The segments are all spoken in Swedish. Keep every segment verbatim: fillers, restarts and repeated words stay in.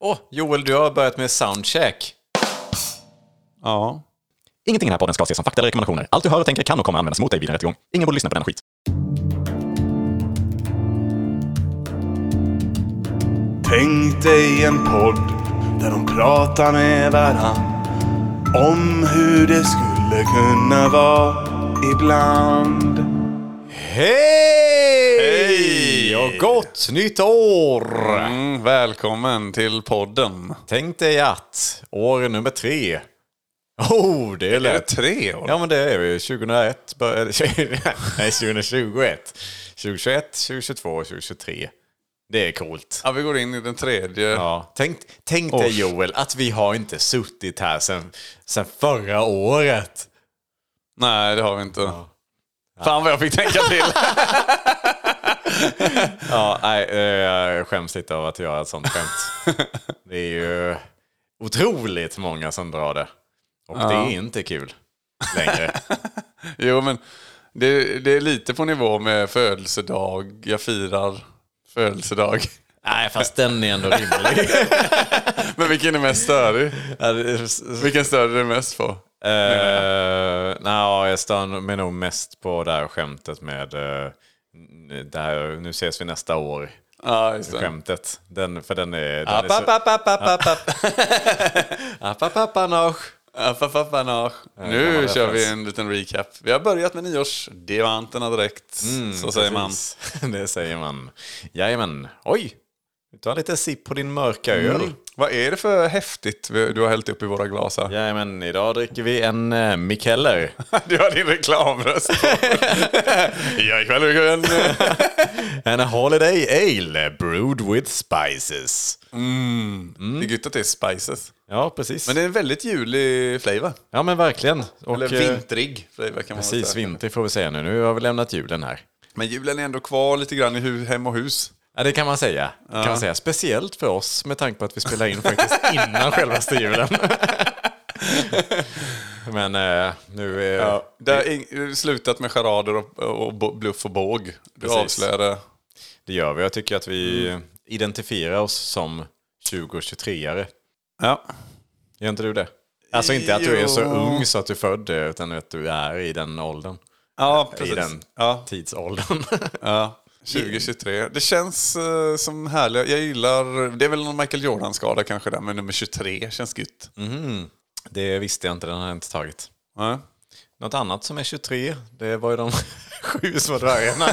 Åh, oh, Joel, du har börjat med soundcheck. Ja. Ingenting i den här podden ska ses som fakta eller rekommendationer. Allt du hör och tänker kan och kommer användas mot dig vid en rättegång. Ingen borde lyssna på den skit. Tänk dig en podd där de pratar med varann om hur det skulle kunna vara ibland. Hej! Hej! Och gott nytt år! Mm, välkommen till podden. Tänk dig att år nummer tre. Oh, det är lätt. Är det tre år? Ja, men det är vi. tjugohundraett började... Nej, tjugohundratjugoett. tjugohundratjugoett, tjugohundratjugotvå och tjugohundratjugotre. Det är coolt. Ja, vi går in i den tredje. Ja. Tänk, tänk dig, Joel, att vi har inte suttit här sen, sen förra året. Nej, det har vi inte. Ja. Fan vad jag fick tänka till. Ja, nej, jag skäms lite av att göra ett sånt skämt. Det är ju otroligt många som drar det. Och ja. Det är inte kul längre. Jo, men det, det är lite på nivå med födelsedag. Jag firar födelsedag. Nej, fast den är ändå rimlig. Men vilken är mest störig? Vilken stör du mest på? Uh, Nej, jag stör mig nog mest på det här skämtet med uh, det här, nu ses vi nästa år. Ja, just det. Skämtet. Den, för den är... Den app, är så... app, app, app, app, app, app. App, app, app, app, app, app, app. Nu kör vi en liten recap. Vi har börjat med nyårsdiamanterna direkt. Mm, så säger precis. Man. Det säger man. Jajamän. Oj, du tar lite sipp på din mörka öl. Mm. Vad är det för häftigt du har hällt upp i våra glas här? Jajamän, idag dricker vi en uh, Mikkeller. Du har din reklamröst. Ja, ikväll är det en... En Holiday Ale brewed with spices. Mm. Mm. Det är gott att det är spices. Ja, precis. Men det är en väldigt julig flavor. Ja, men verkligen. Och eller vintrig flavor kan man precis, säga. vintrig får vi säga nu. Nu har vi lämnat julen här. Men julen är ändå kvar lite grann i hu- hem och hus. Ja, det kan man säga. Ja. Kan man säga. Speciellt för oss med tanke på att vi spelar in faktiskt innan självaste julen. Men eh, nu är ja, det är slutat med charader och, och bluff och båg. Du avslöjar det. Det gör vi. Jag tycker att vi mm. identifierar oss som tjugo-tjugotre-are. Ja. Gör inte du det? Alltså inte att du är så ung så att du är född, utan att du är i den åldern. Ja, precis. I den ja. tidsåldern. Ja. tjugo-tjugotre. Det känns uh, som härligt. Jag gillar... Det är väl någon Michael Jordan-skada kanske där, men nummer tjugotre känns gött. Mm. Det visste jag inte, den har jag inte tagit. Ja. Något annat som är tjugotre, det var ju de sju små dvärgarna.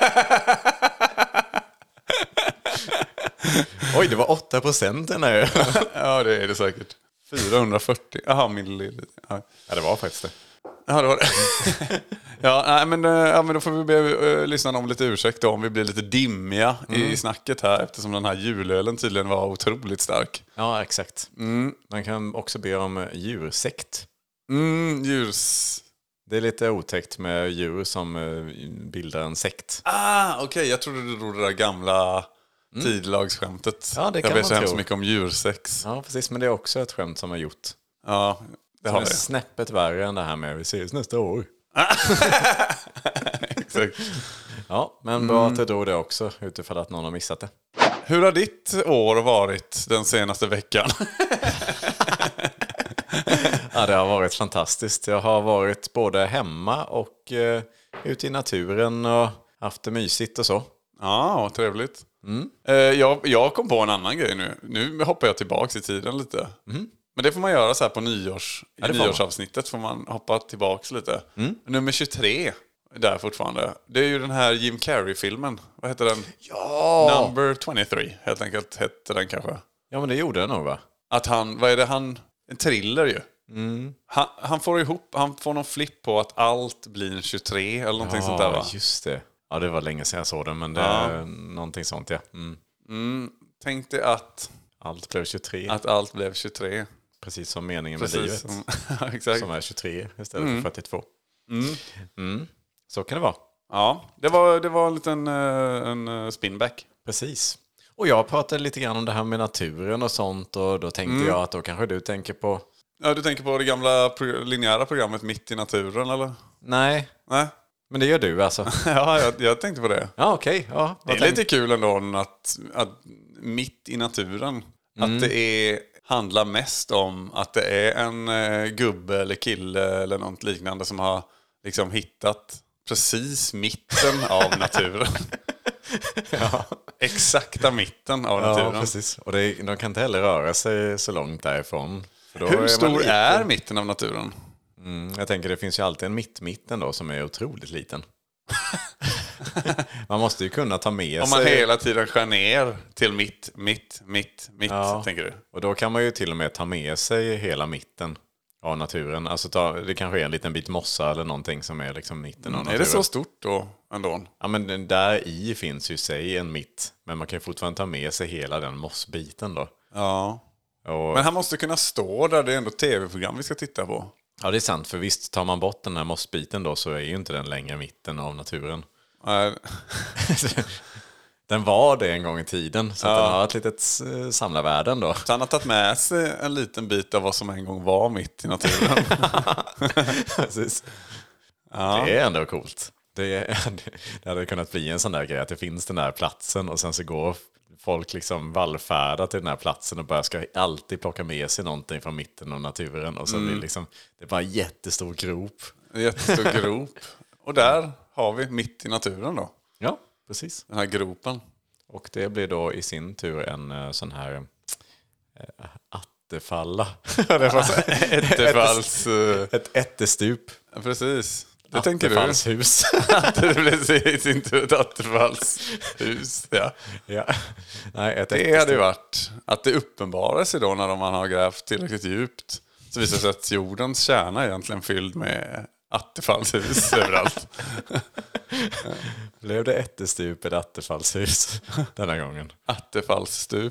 Oj, det var åtta procent den här. Ja, det är det säkert. fyrahundrafyrtio. Jaha, milliliter. Ja. Ja, det var faktiskt det. Ja, det var det. ja, nej, men, ja, men då får vi be uh, lyssna om lite ursäkt då, om vi blir lite dimmiga mm. i snacket här, eftersom den här julölen tydligen var otroligt stark. Ja, exakt. Mm. Man kan också be om djursekt. Mm, djurs... Det är lite otäckt med djur som uh, bildar en sekt. Ah, okej. Okay. Jag trodde du drog det där gamla mm. tidlagsskämtet. Ja, det kan jag vet så man hemskt tro. mycket om djursex. Ja, precis. Men det är också ett skämt som är gjort. Ja, det har det. Snäppet värre än det här med vi ses nästa år. Exakt. Ja, men bra att du drog det också, utifrån att någon har missat det. Hur har ditt år varit den senaste veckan? Ja, det har varit fantastiskt. Jag har varit både hemma och eh, ute i naturen och haft det mysigt och så. Ja, trevligt. Mm. Eh, jag, jag kom på en annan grej nu. Nu hoppar jag tillbaka i tiden lite. Mm. Men det får man göra så här på nyårs, ja, i nyårsavsnittet får man hoppa tillbaka lite. Mm. Nummer tjugotre där fortfarande. Det är ju den här Jim Carrey-filmen. Vad heter den? Ja! Number tjugotre, helt enkelt hette den kanske. Ja, men det gjorde den nog, va? Att han, vad är det han, en thriller ju. Mm. Han, han får ihop, han får någon flipp på att allt blir en tjugotre eller någonting ja, sånt där, va? Ja, just det. Ja, det var länge sedan jag såg den, men det ja. är någonting sånt, ja. Mm. Mm, tänk dig att allt blev tjugotre. Att allt blev tjugotre. Precis som meningen Precis med livet. som, exakt. Som är tjugotre istället mm. för fyrtiotvå. Mm. Mm. Så kan det vara. Ja, det var, det var en liten en spinback. Precis. Och jag pratade lite grann om det här med naturen och sånt. Och då tänkte mm. jag att då kanske du tänker på... Ja, du tänker på det gamla pro- linjära programmet Mitt i naturen, eller? Nej. Nej. Men det gör du alltså? Ja, jag, jag tänkte på det. Ja, okej. Okay. Ja, det är tänk... lite kul ändå att, att mitt i naturen... Mm. Att det är, handlar mest om att det är en eh, gubbe eller kille eller något liknande som har liksom hittat precis mitten av naturen. Ja. Exakta mitten av naturen. Ja, precis. Och det, de kan inte heller röra sig så långt därifrån. För då Hur är stor lite... är mitten av naturen? Mm, jag tänker det finns ju alltid en mitt-mitten då som är otroligt liten. Man måste ju kunna ta med Om sig... man hela tiden skär ner till mitt, mitt, mitt, mitt, ja. tänker du? Och då kan man ju till och med ta med sig hela mitten av naturen. Alltså ta, det kanske är en liten bit mossa eller någonting som är liksom mitten av naturen. Är det så stort då ändå? Ja, men den där i finns ju sig en mitt. Men man kan ju fortfarande ta med sig hela den mossbiten då. Ja. Och... Men han måste kunna stå där, det är ändå tv-program vi ska titta på. Ja, det är sant. För visst, tar man bort den här mossbiten då så är ju inte den längre mitten av naturen. Nej. Den var det en gång i tiden. Så ja. att den har ett litet samlarvärde då. Så han har tagit med sig en liten bit av vad som en gång var mitt i naturen. Precis. Ja. Det är ändå coolt. Det, det hade kunnat bli en sån där grej att det finns den där platsen och sen så går folk liksom vallfärda till den här platsen och börjar ska alltid plocka med sig någonting från mitten av naturen. Och så mm. blir det, liksom, det är bara en jättestor grop. En jättestor grop. Och där har vi mitt i naturen då. Ja, precis. Den här gropen. Och det blir då i sin tur en sån här äh, attefalla. Ättefalls... ett, ett ättestup. Ja, precis. Det tänker du. Attefallshus. Det blir i sin tur ett attefallshus. Ja. Ja. Nej, ett det hade ju varit att det uppenbarar sig då när man har grävt tillräckligt djupt. Så visar det sig att jordens kärna är egentligen fylld med attefallshus överallt. Blev det ättestup ett attefallshus denna gången? Attefallsstup.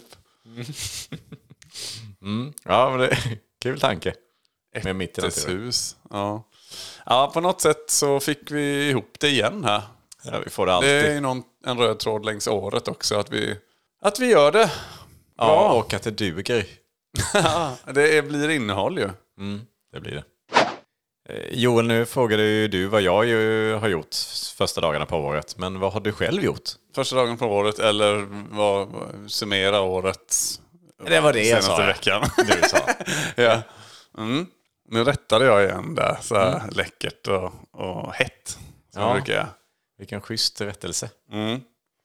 Mm. Ja, men det är kul tanke. Med mitt i hus. Ja. Ja, på något sätt så fick vi ihop det igen här. Ja, vi får det alltid. Det är någon, en röd tråd längs året också att vi, att vi gör det. Ja, ja. Och att det duger. Det blir innehåll ju. Mm, det blir det. Joel, nu frågade ju du vad jag ju har gjort första dagarna på året. Men vad har du själv gjort? Första dagen på året eller vad, summera året. Det var det jag sa. Veckan. Du sa. Ja. Mm. Nu rättade jag igen där. Så här mm. läckert och, och hett. Så ja. brukar jag. Vilken schysst rättelse. Mm.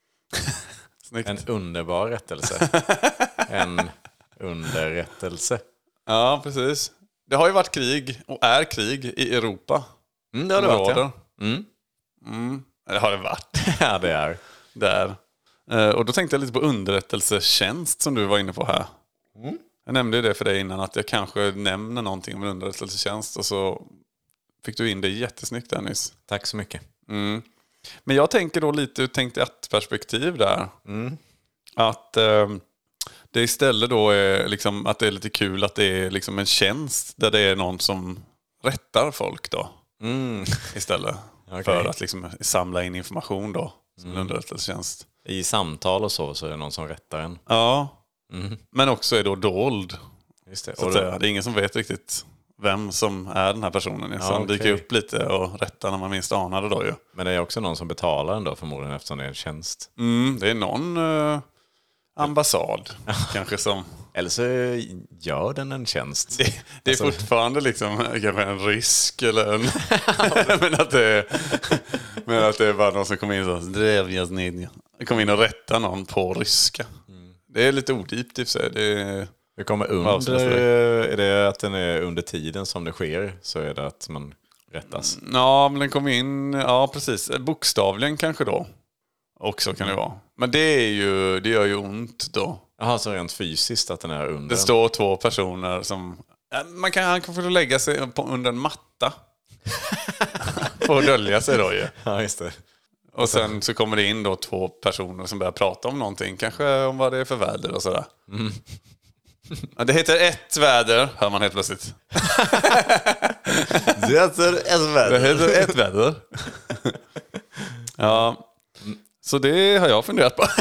En underbar rättelse. En underrättelse. Ja, precis. Det har ju varit krig och är krig i Europa. Mm, det har det varit, ja. Mm. Mm. Det har det varit. Ja, det är. Där. Uh, och då tänkte jag lite på underrättelsetjänst som du var inne på här. Mm. Jag nämnde ju det för dig innan att jag kanske nämner någonting om en underrättelsetjänst och så fick du in det jättesnyggt där nyss. Tack så mycket. Mm. Men jag tänker då lite tänkt ett perspektiv där. Mm. Att uh, det istället då är liksom att det är lite kul att det är liksom en tjänst där det är någon som rättar folk då. Mm. Istället. Okay. För att liksom samla in information då. Som mm. en underrättelsetjänst. I samtal och så så är det någon som rättar en. Ja. Mm. Men också är då dold. Just det. Så att säga. Det är ingen som vet riktigt vem som är den här personen. Ja, så han okay. dyker upp lite och rättar när man minst anar det då ju. Men det är också någon som betalar den då förmodligen eftersom det är en tjänst. Mm, det är någon uh, ambassad kanske som... Eller så gör den en tjänst. Det, det är alltså... fortfarande liksom kanske en risk eller en... men, att det är, men att det är bara någon som kommer in och så kommer in och rättar någon på ryska. Mm. Det är lite odipt i sig. Det är... Det kommer under, är det att den är under tiden som det sker så är det att man rättas? Ja, men den kommer in, ja precis, bokstavligen kanske då. Också kan det vara. Men det är ju, det gör ju ont då. Jaha, så rent fysiskt att den är under? Det står två personer som, man kan, han kan få lägga sig på, under en matta. För att dölja sig då ju. Ja, just det. Och sen så kommer det in då två personer som börjar prata om någonting. Kanske om vad det är för väder och sådär. Mm. Ja, det heter ett väder, hör man helt plötsligt. Det heter ett väder. Det heter ett väder. Ja, så det har jag funderat på.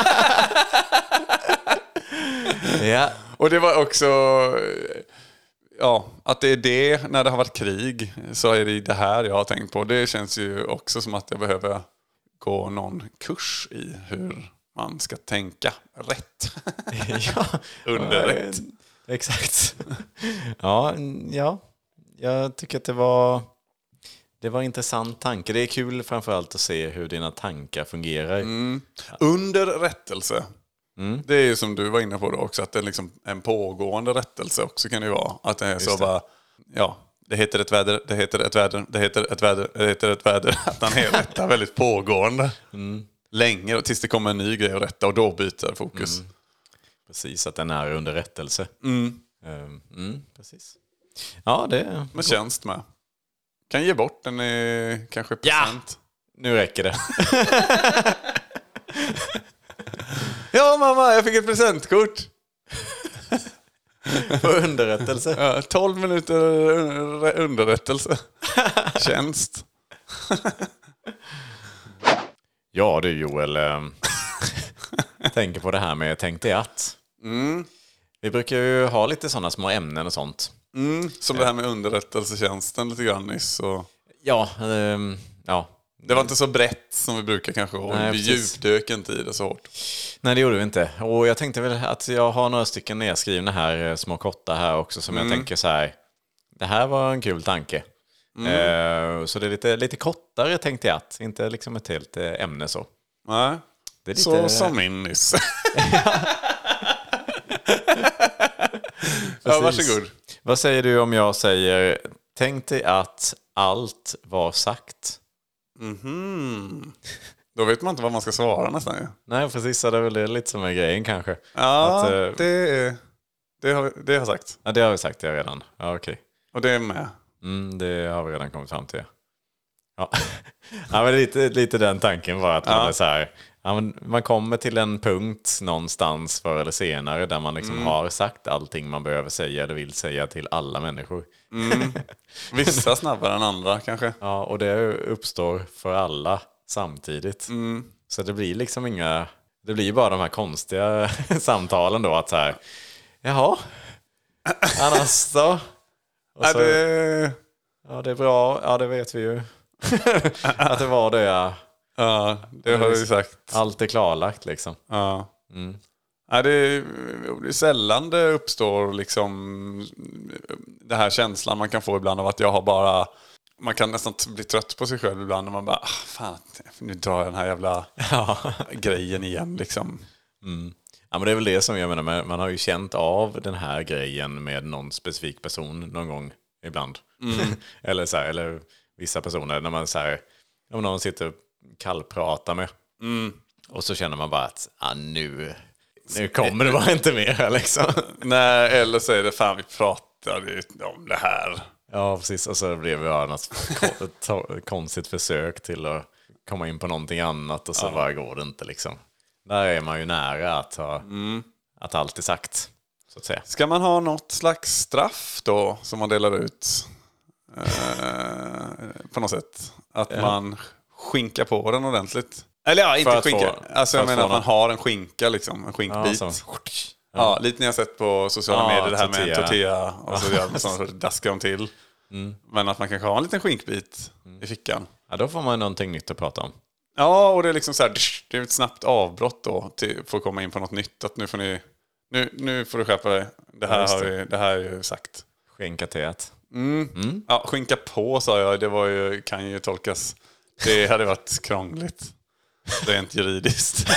Ja. Och det var också... Ja, att det är det, när det har varit krig, så är det det här jag har tänkt på. Det känns ju också som att jag behöver gå någon kurs i hur man ska tänka rätt. Ja, Underrätt. Exakt. Ja, ja, jag tycker att det var, det var en intressant tanke. Det är kul framförallt att se hur dina tankar fungerar. Mm. Underrättelse. Mm. Det är ju som du var inne på då också, att det är liksom en pågående rättelse också kan det ju vara. Att det är så det. Bara, ja, det heter ett väder, det heter ett väder, det heter ett väder, det heter ett väder. Att han är rätta väldigt pågående. Mm. Länge, tills det kommer en ny grej att rätta och då byter fokus. Mm. Precis, att den är under rättelse. Mm. Um, mm, precis. Ja, det... Med tjänst med. Kan ge bort den i kanske procent. Ja! Nu räcker det. Ja, mamma, jag fick ett presentkort. På underrättelse. Ja, tolv minuter underrättelse. Tjänst. Ja, du Joel. Äh, tänker på det här med tänk dig att. Mm. Vi brukar ju ha lite sådana små ämnen och sånt. Mm, som det här med underrättelsetjänsten lite grann nyss. Och... Ja, ähm, ja. Det var inte så brett som vi brukar kanske ha. Nej, vi djupdök inte i det så hårt. Nej, det gjorde vi inte. Och jag tänkte väl att jag har några stycken nedskrivna här, små korta här också, som mm. jag tänker så här. Det här var en kul tanke. Mm. Uh, så det är lite, lite kortare tänkte jag att. Inte liksom ett helt ämne så. Nej, det är lite... så som min nyss. Ja, varsågod. Vad säger du om jag säger tänk dig att allt var sagt? Mhm. Då vet man inte vad man ska svara nästan. Ja. Nej, precis. Så det är väl det lite som är grejen kanske. Ja, att, uh... det, det, har, det har jag sagt. Ja, det har vi sagt jag redan. Ja, okej. Okay. Och det är med. Mm, det har vi redan kommit fram till. Ja, ja men lite, lite den tanken var att ja. man är så här... Ja, men man kommer till en punkt någonstans förr eller senare där man liksom mm. har sagt allting man behöver säga eller vill säga till alla människor. Mm. Vissa snabbare än andra kanske. Ja, och det uppstår för alla samtidigt. Mm. Så det blir liksom inga... Det blir bara de här konstiga samtalen då att så här... Jaha, annars då? Och så, är det... Ja, det är bra. Ja, det vet vi ju. Att det var det, ja. Ja, det har du sagt. Allt är klarlagt liksom. Ja. Mm. Ja, det är, det är sällan det uppstår liksom det här känslan man kan få ibland av att jag har bara... Man kan nästan bli trött på sig själv ibland när man bara, ah, fan, nu drar jag den här jävla ja. grejen igen liksom. Mm. Ja, men det är väl det som jag menar, man har ju känt av den här grejen med någon specifik person någon gång ibland. Mm. eller så här, eller vissa personer när man så här, om någon sitter och kallpratar med mm. och så känner man bara att ah, nu, nu kommer det bara inte mer liksom. Nej, eller så är det fan vi pratar om det här. Ja, precis. Och så blev det något konstigt försök till att komma in på någonting annat och så ja. bara går det inte liksom. Där är man ju nära att ha mm. att allt är sagt, så att säga. Ska man ha något slags straff då som man delar ut eh, på något sätt? Att ja. man skinkar på den ordentligt? Eller ja, inte skinka. Få, alltså jag menar att man har en skinka liksom, en skinkbit. Ja, ja. ja lite ni har sett på sociala ja, medier det här tortilla. med en tortilla och så, ja, så daskar de till. Mm. Men att man kanske har en liten skinkbit mm. i fickan. Ja, då får man någonting nytt att prata om. Ja, och det är liksom så här, det är ett snabbt avbrott då till, för att komma in på något nytt. Att nu får ni, nu, nu får du skärpa dig. Det här, ja, har vi, det här är ju sagt. Skinka teet. Mm. Mm. Ja, skinka på sa jag, det var ju, kan ju tolkas. Det hade varit krångligt. Rent juridiskt.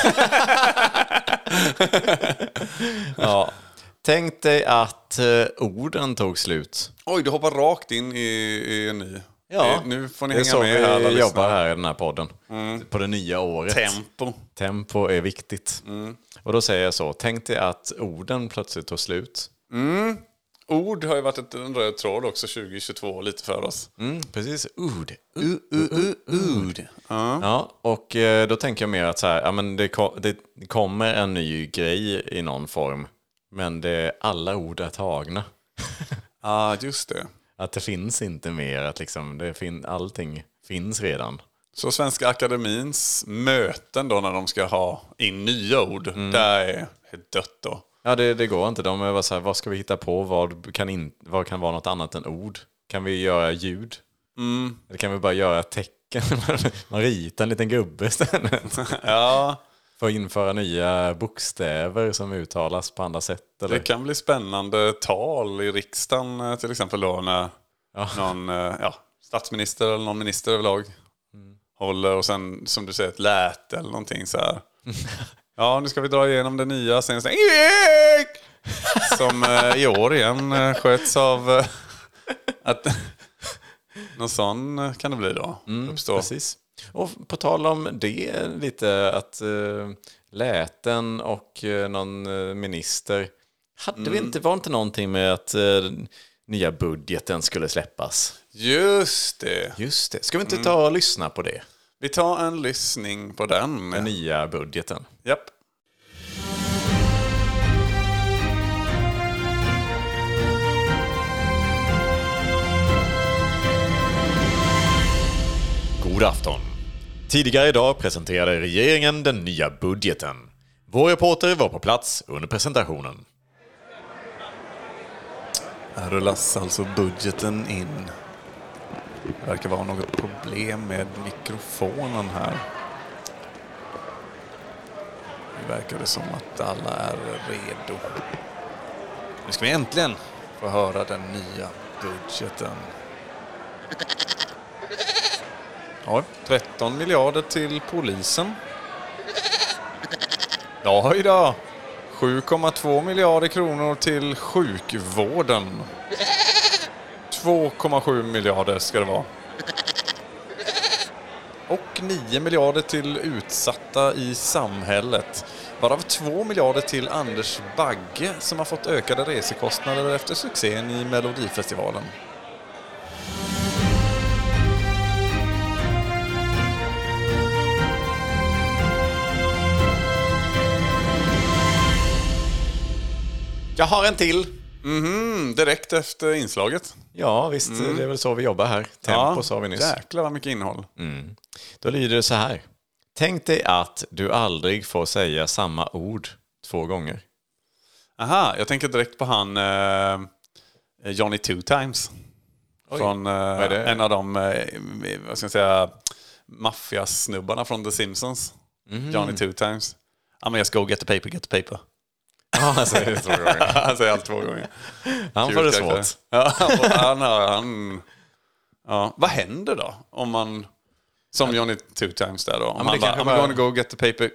Ja. Tänk dig att uh, orden tog slut. Oj, du hoppar rakt in i, i en ny. Ja, nu får ni det hänga med här. Vi jobbar här i den här podden. Mm. På det nya året. Tempo. Tempo är viktigt. Mm. Och då säger jag så. Tänk dig att orden plötsligt tog slut. Mm. Ord har ju varit ett, en röd tråd också tjugo tjugotvå lite för oss. Mm, precis. Ord. Uh, uh, uh, ord. Uh. Ja, och eh, då tänker jag mer att så här, ja, men det, ko- det kommer en ny grej i någon form. Men det, alla ord är tagna. Ja, ah, just det. Att det finns inte mer, att liksom det fin- allting finns redan. Så Svenska Akademins möten då när de ska ha in nya ord, mm. där är det dött då. Ja, det, det går inte. De är bara så här, vad ska vi hitta på? Vad kan, in, vad kan vara något annat än ord? Kan vi göra ljud? Mm. Eller kan vi bara göra tecken? Man ritar en liten gubbe istället. Ja, Får införa nya bokstäver som uttalas på andra sätt. Eller? Det kan bli spännande tal i riksdagen till exempel då när ja. någon ja, statsminister eller någon minister överlag mm. håller och sen som du säger ett läte eller någonting så här. Ja, nu ska vi dra igenom det nya. Sen så som eh, i år igen eh, sköts av eh, att någon sån kan det bli då. Mm, precis. Och på tal om det lite att eh, läten och eh, någon eh, minister hade mm. vi inte var inte någonting med att eh, nya budgeten skulle släppas. Just det. Just det. Ska vi inte ta och mm. lyssna på det? Vi tar en lyssning på den. Den nya budgeten. Japp. God afton. Tidigare idag presenterade regeringen den nya budgeten. Vår reporter var på plats under presentationen. Här rullas alltså budgeten in. Det verkar vara något problem med mikrofonen här. Det verkar det som att alla är redo. Nu ska vi äntligen få höra den nya budgeten. Ja, tretton miljarder till polisen. Ja, idag. sju komma två miljarder kronor till sjukvården. två komma sju miljarder ska det vara. Och nio miljarder till utsatta i samhället. Varav två miljarder till Anders Bagge som har fått ökade resekostnader efter succén i Melodifestivalen. Jag har en till. Mhm, direkt efter inslaget. Ja, visst. Mm. Det är väl så vi jobbar här. Tempo ja, sa vi nyss. Jäklar vad mycket innehåll. Mm. Då lyder det så här. Tänk dig att du aldrig får säga samma ord två gånger. Aha, jag tänker direkt på han eh, Johnny Two Times. Oj, från eh, en av de eh, vad ska jag säga, maffiasnubbarna från The Simpsons. Mm. Johnny Two Times. I'm just go get the paper, get the paper. Ja, han säger det två gånger. Han säger allt två gånger. Han får det svårt. Ja, han har, han, ja. Vad händer då om man, som Johnny Two Times där då, om ja, man bara, I'm bara... gonna go get the paper.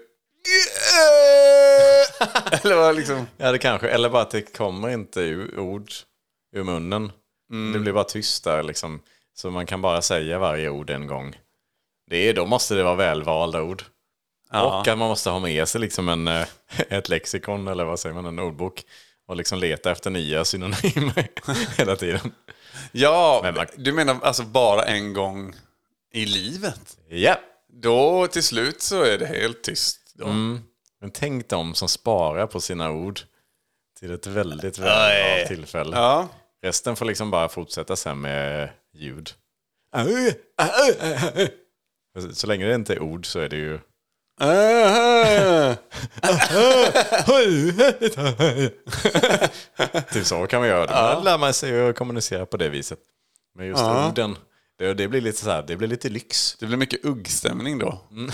Eller vad liksom. Ja, det kanske, eller bara att det kommer inte ord ur munnen. Mm. Det blir bara tyst där liksom. Så man kan bara säga varje ord en gång. Det är, då måste det vara välvalda ord. Ja. Och att man måste ha med sig liksom en, ett lexikon eller vad säger man, en ordbok och liksom leta efter nya synonymer hela tiden. Ja, men man... du menar alltså bara en gång i livet? Ja. Då till slut så är det helt tyst. Då. Mm. Men tänk dem som sparar på sina ord till ett väldigt väldigt tillfälle. Ja. Resten får liksom bara fortsätta sen med ljud. Så länge det inte är ord så är det ju typ så kan man göra det. Ja. Lär man sig att kommunicera på det viset. Men just ja. orden, det, det blir lite så här, det blir lite lyx. Det blir mycket uggstämning då. Mm.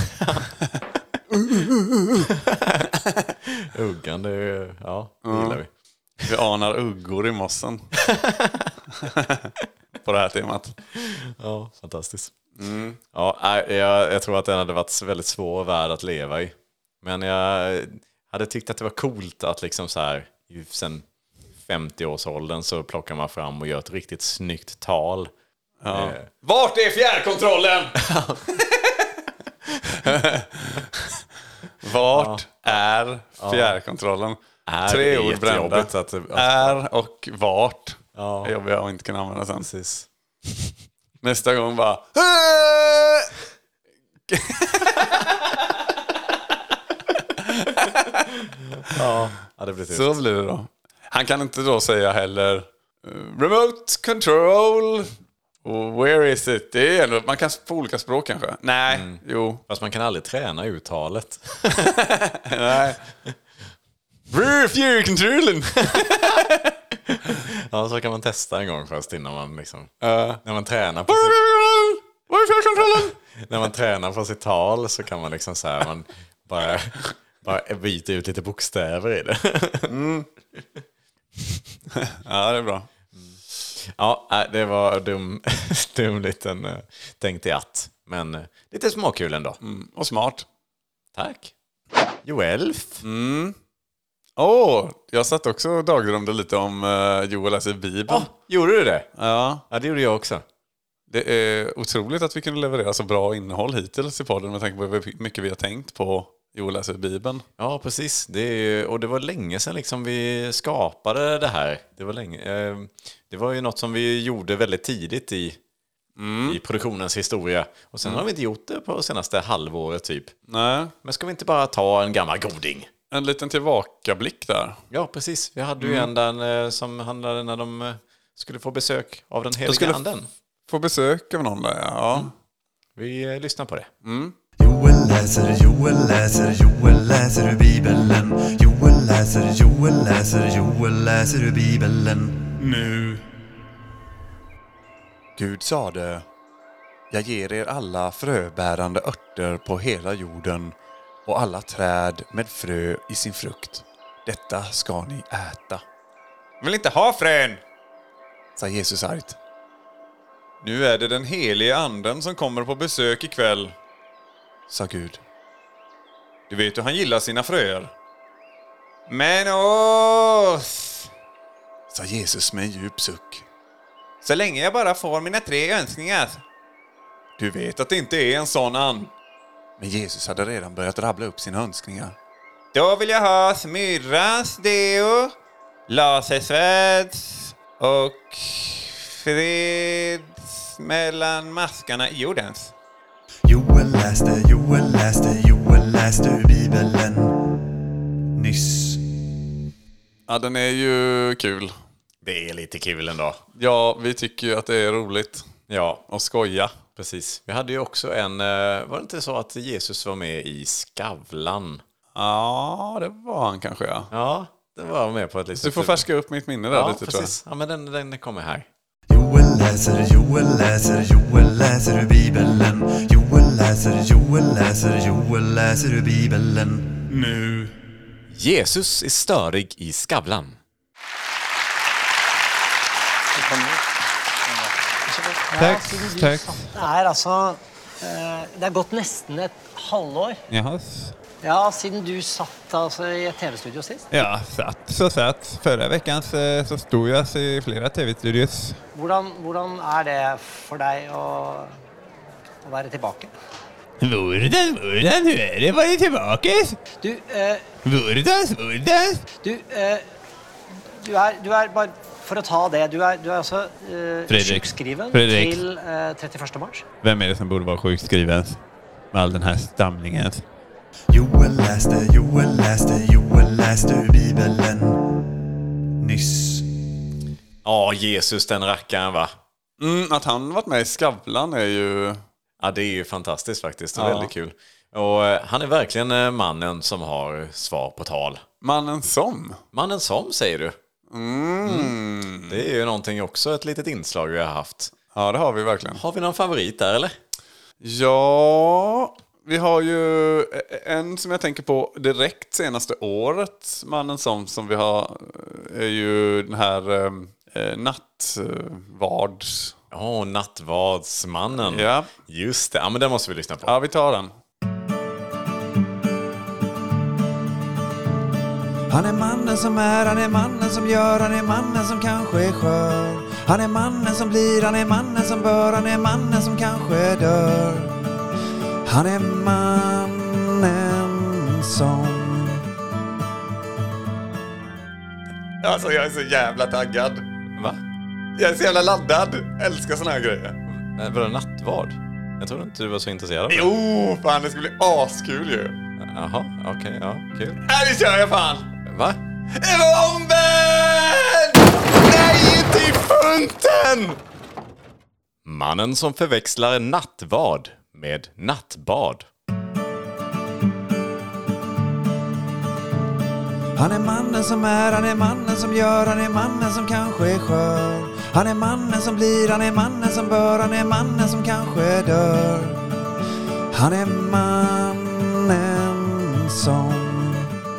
Uggan, det är, ja, det ja. gillar vi. Vi anar uggor i mossen. På det här temat. Ja, fantastiskt. Mm. Ja, jag, jag tror att den hade varit väldigt svår värld att leva i. Men jag hade tyckt att det var coolt att liksom så här sen femtio-årsåldern så plockar man fram och gör ett riktigt snyggt tal. Ja. Eh. Vart är fjärrkontrollen? Vart ja. är fjärrkontrollen? Är Tre ord brända. Att, att, är och vart. Ja. Är jobbiga och inte kan använda sen. Precis. Nästa gång bara ja, det blir så blir det då. Han kan inte då säga heller remote control och where is it? Det är ändå, man kan på olika språk kanske. Nej, mm. jo. Fast man kan aldrig träna uttalet. Nej. Fjärrkontrollen. Ja, så kan man testa en gång först innan man liksom uh. när man tränar på sitt, när man tränar på sitt tal så kan man liksom så här, man bara, bara byta ut lite bokstäver i det. mm. Ja, det är bra. Mm. Ja, det var dum, dum liten uh, tänkte att. Men uh, lite småkul ändå. Mm. Och smart. Tack. Joelf. Mm. Åh, oh, jag satt också och dagdrömde lite om uh, Joel läser Bibeln. Oh, gjorde du det? Ja. Ja, det gjorde jag också. Det är otroligt att vi kunde leverera så bra innehåll hittills i podden med tanke på hur mycket vi har tänkt på Joel läser Bibeln. Ja, precis. Det är, och det var länge sedan liksom vi skapade det här. Det var, länge, eh, det var ju något som vi gjorde väldigt tidigt i, mm. i produktionens historia. Och sen mm. har vi inte gjort det på senaste halvåret typ. Nej. Men ska vi inte bara ta en gammal goding? En liten tillbakablick där. Ja, precis. Vi hade ju mm. en där som handlade när de skulle få besök av den heliga anden. F- få besök av någon där, ja. Mm. Vi eh, lyssnar på det. Mm. Joel läser, Joel läser, Joel läser ur Bibeln. Joel läser, Joel läser, Joel läser ur Bibeln. Nu. Gud sade: jag ger er alla fröbärande örter på hela jorden och alla träd med frö i sin frukt. Detta ska ni äta. Jag vill inte ha frön, sa Jesus argt. Nu är det den helige anden som kommer på besök ikväll, sa Gud. Du vet hur han gillar sina fröer. Men oss, sa Jesus med en djup suck. Så länge jag bara får mina tre önskningar. Du vet att det inte är en sån and. Men Jesus hade redan börjat rabbla upp sina önskningar. Då vill jag ha smyrrans deo, lasersvärds och freds mellan maskarna i jordens. Joel läste, Joel läste, Joel läste ur Bibeln nyss. Ja, den är ju kul. Det är lite kul ändå. Ja, vi tycker ju att det är roligt. Ja. Och skoja. Precis. Vi hade ju också en... Var det inte så att Jesus var med i Skavlan? Ja, det var han kanske, ja. Ja, det var han med på ett litet... Du får färska upp mitt minne där ja, lite, precis. tror jag. Ja, men den, den kommer här. Joel läser, Joel läser, Joel läser ur Bibeln. Joel läser, Joel läser, Joel läser ur Bibeln. Nu. Jesus är störig i Skavlan. Tack, tack. Det är alltså, det har gått nästan ett halvår. Jaha. Ja, siden du satt alltså i ett tv-studio sist. Ja, satt så satt. Förra veckan så, så stod jag i flera tv-studios. Hvordan, hvordan är det för dig att, att vara tillbaka? Hvordan, hvordan, hur är det vara tillbaka? Du, eh... Hvordan, hvordan? Du, eh... Du är, du är bara... För att ta det, du är, du är alltså eh, sjukskriven Fredrik. till eh, trettioförsta mars. Vem är det som borde vara sjukskriven med all den här stamningen? Joel läste, Joel läste, Joel läste ur Bibeln nyss. Ja, Jesus den rackaren, va? Mm, att han varit med i Skavlan är ju... Ja, det är ju fantastiskt faktiskt. Det är ja. väldigt kul. Och eh, han är verkligen eh, mannen som har svar på tal. Mannen som? Mannen som, säger du? Mm. Mm. Det är ju någonting också, ett litet inslag vi har haft. Ja, det har vi verkligen. Har vi någon favorit där, eller? Ja, vi har ju en som jag tänker på direkt senaste året. Mannen som, som vi har är ju den här eh, nattvards... Ja, oh, nattvardsmannen. Ja. Just det, ja, men den måste vi lyssna på. Ja, vi tar den. Han är mannen som är, han är mannen som gör, han är mannen som kanske är skör. Han är mannen som blir, han är mannen som bör, han är mannen som kanske dör. Han är mannen som... Alltså jag är så jävla taggad. Va? Jag är så jävla laddad. Älskar såna här grejer. Äh, var det nattvard? Jag trodde inte du var så intresserad av det. Jo, fan det skulle bli askul ju. Jaha, okej, okay, ja, kul. Här det kör jag fan. Va? Omvänd! Nej, till funten! Mannen som förväxlar nattvard med nattbad. Han är mannen som är, han är mannen som gör, han är mannen som kanske är skör. Han är mannen som blir, han är mannen som bör, han är mannen som kanske dör. Han är mannen sång.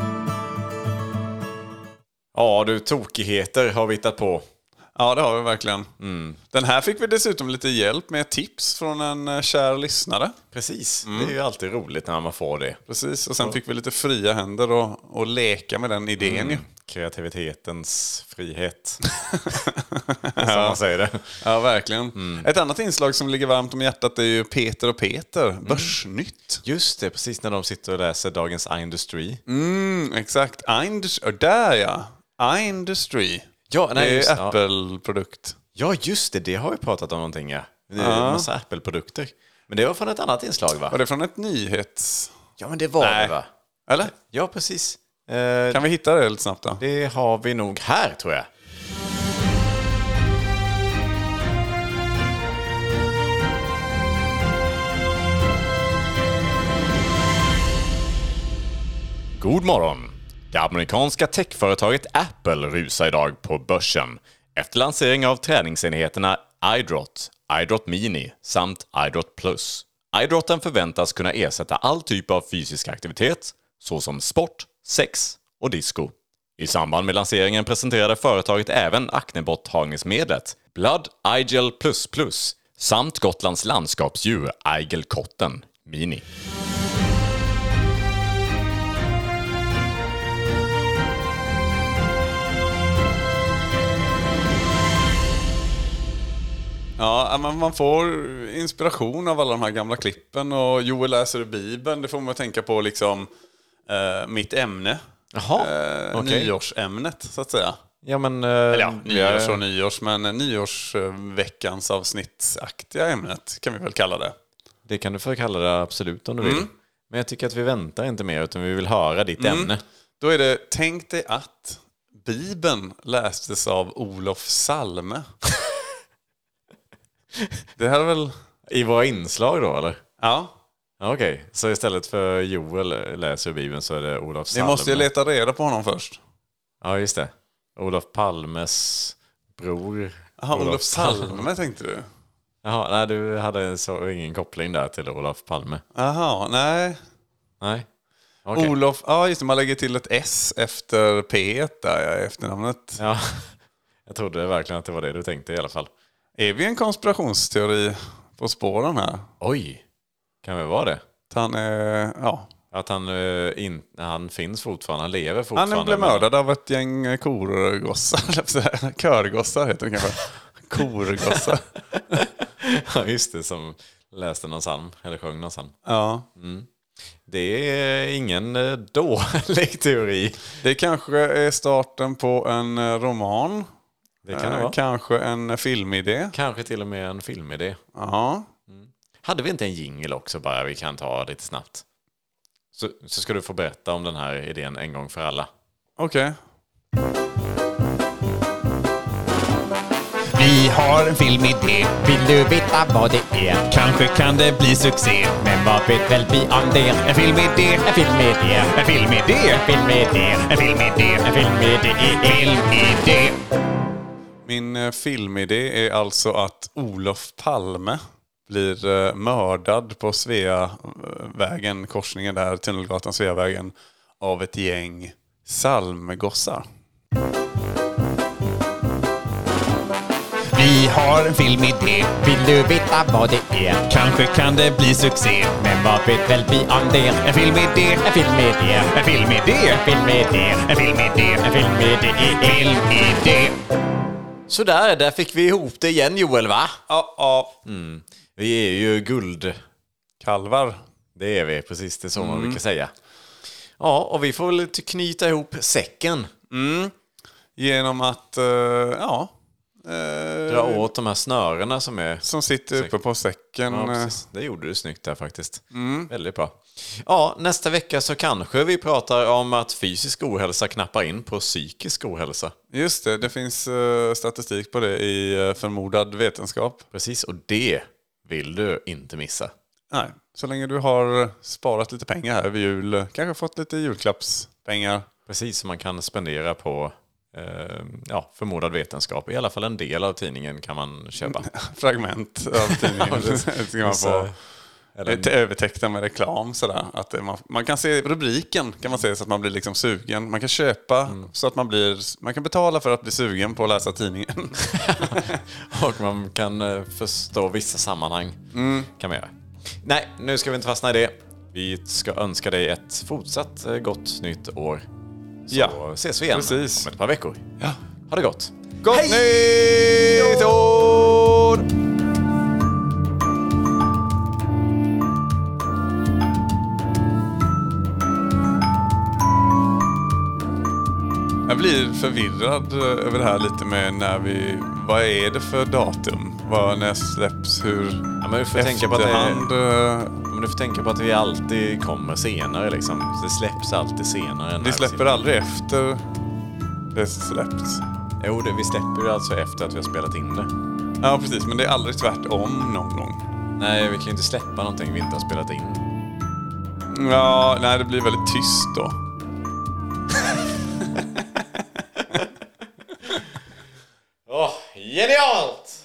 Ja, du, tokigheter har vi hittat på. Ja, det har vi verkligen. Mm. Den här fick vi dessutom lite hjälp med tips från en uh, kär lyssnare. Precis, mm. det är ju alltid roligt när man får det. Precis, och sen ja. fick vi lite fria händer och, och leka med den idén mm. ju. Kreativitetens frihet. Som man säger det. Ja, verkligen. Mm. Ett annat inslag som ligger varmt om hjärtat är ju Peter och Peter, mm. Börsnytt. Just det, precis när de sitter och läser dagens Industry. Mm, exakt. Industry, där ja. Industry. Ja, nej, det är just, Apple-produkt. Ja, just det. Det har vi pratat om någonting, ja. Det är ja. en massa Apple-produkter. Men det var från ett annat inslag, va? Var det från ett nyhets... Ja, men det var nej. det, va? Eller? Ja, precis. Eh, kan vi hitta det lite snabbt då? Det har vi nog här, tror jag. God morgon! Det amerikanska techföretaget Apple rusar idag på börsen efter lansering av träningsenheterna iDrot, iDrot Mini samt iDrot Plus. iDroten förväntas kunna ersätta all typ av fysisk aktivitet såsom sport, sex och disco. I samband med lanseringen presenterade företaget även akneborttagningsmedlet Blood Igel Plus Plus samt Gotlands landskapsdjur Igelkotten Mini. Ja, man får inspiration av alla de här gamla klippen och Joel läser i Bibeln. Det får man tänka på liksom eh, mitt ämne. Jaha, eh, okay. Nyårsämnet så att säga. Ja, men... Eh, Eller ja, nyårs och nyårs, men nyårsveckans avsnittsaktiga ämnet kan vi väl kalla det. Det kan du få kalla det absolut om du vill. Mm. Men jag tycker att vi väntar inte mer utan vi vill höra ditt mm. ämne. Då är det, tänk dig att Bibeln lästes av Olof Salme. Det här är väl... I våra inslag då, eller? Ja. Okej, okay. Så istället för Joel läser Bibeln så är det Olof Salme. Vi måste ju leta reda på honom först. Ja, just det. Olof Palmes bror. Jaha, Olof, Olof Salme tänkte du? Jaha, nej, du hade så ingen koppling där till Olof Palme. Jaha, nej. Nej. Okay. Olof, ja just det, man lägger till ett S efter P där, ja, efternamnet. Ja, jag trodde verkligen att det var det du tänkte i alla fall. Är vi en konspirationsteori på spåren här? Oj, kan vi vara det? Att han är, ja. Att han, uh, in, han finns fortfarande, han lever fortfarande. Han blev mördad av ett gäng korgossar, körgossar heter det kanske. Korgossar. Ja, just det, som läste någon psalm, eller sjöng någon psalm. Ja. Mm. Det är ingen dålig teori. Det kanske är starten på en roman. Det kan det vara. Kanske en filmidé. Kanske till och med en filmidé. Ja. Mm. Hade vi inte en jingle också bara? Vi kan ta lite snabbt. Så, så ska du få berätta om den här idén en gång för alla. Okej. Okay. Vi har en filmidé. Vill du veta vad det är? Kanske kan det bli succé. Men vad vet väl vi om det? En filmidé, en filmidé, en filmidé, en filmidé, en filmidé, en filmidé, filmidé. Min filmidé är alltså att Olof Palme blir mördad på Sveavägen, korsningen där, Tunnelgatan, Sveavägen, av ett gäng psalmgossar. Vi har en filmidé. Vill du veta vad det är? Kanske kan det bli succé. Men vad vet väl vi om det? En filmidé, en filmidé, en filmidé, en filmidé, en filmidé, en filmidé, filmidé. Så där, där fick vi ihop det igen, Joel, va? Ja, ja. Mm. Vi är ju guldkalvar. Det är vi, precis det som mm. man brukar säga. Ja, och vi får väl knyta ihop säcken. Mm. Genom att, uh, ja... dra åt de här snörena som är... Som sitter uppe på säcken. Ja, precis. Det gjorde du snyggt där faktiskt. Mm. Väldigt bra. Ja, nästa vecka så kanske vi pratar om att fysisk ohälsa knappar in på psykisk ohälsa. Just det, det finns uh, statistik på det i uh, förmodad vetenskap. Precis, och det vill du inte missa. Nej, så länge du har sparat lite pengar här vid jul, kanske fått lite julklappspengar. Precis, som man kan spendera på eh, ja, förmodad vetenskap. I alla fall en del av tidningen kan man köpa. Fragment av tidningen. Det ska man få Eller... Till övertäckta med reklam sådär. Att man, man kan se rubriken kan man se så att man blir liksom sugen. Man kan köpa mm. så att man blir... Man kan betala för att bli sugen på att läsa tidningen. Och man kan uh, förstå vissa sammanhang. Mm. Kan man göra. Nej, nu ska vi inte fastna i det. Vi ska önska dig ett fortsatt uh, gott nytt år. Så ja. ses vi igen Precis. om ett par veckor. Ja. Ha det gott. Gott Hej! Nytt år! Jag blir förvirrad över det här lite med när vi... Vad är det för datum? Vad, när släpps? Hur... Ja, men du får tänka på att det, men du får tänka på att vi alltid kommer senare liksom. Det släpps alltid senare. Vi släpper aldrig efter det släpps. Jo, det, vi släpper ju alltså efter att vi har spelat in det. Ja, precis. Men det är aldrig tvärtom någon gång. Nej, vi kan ju inte släppa någonting vi inte har spelat in. Ja, nej, det blir väldigt tyst då. Åh, oh, genialt!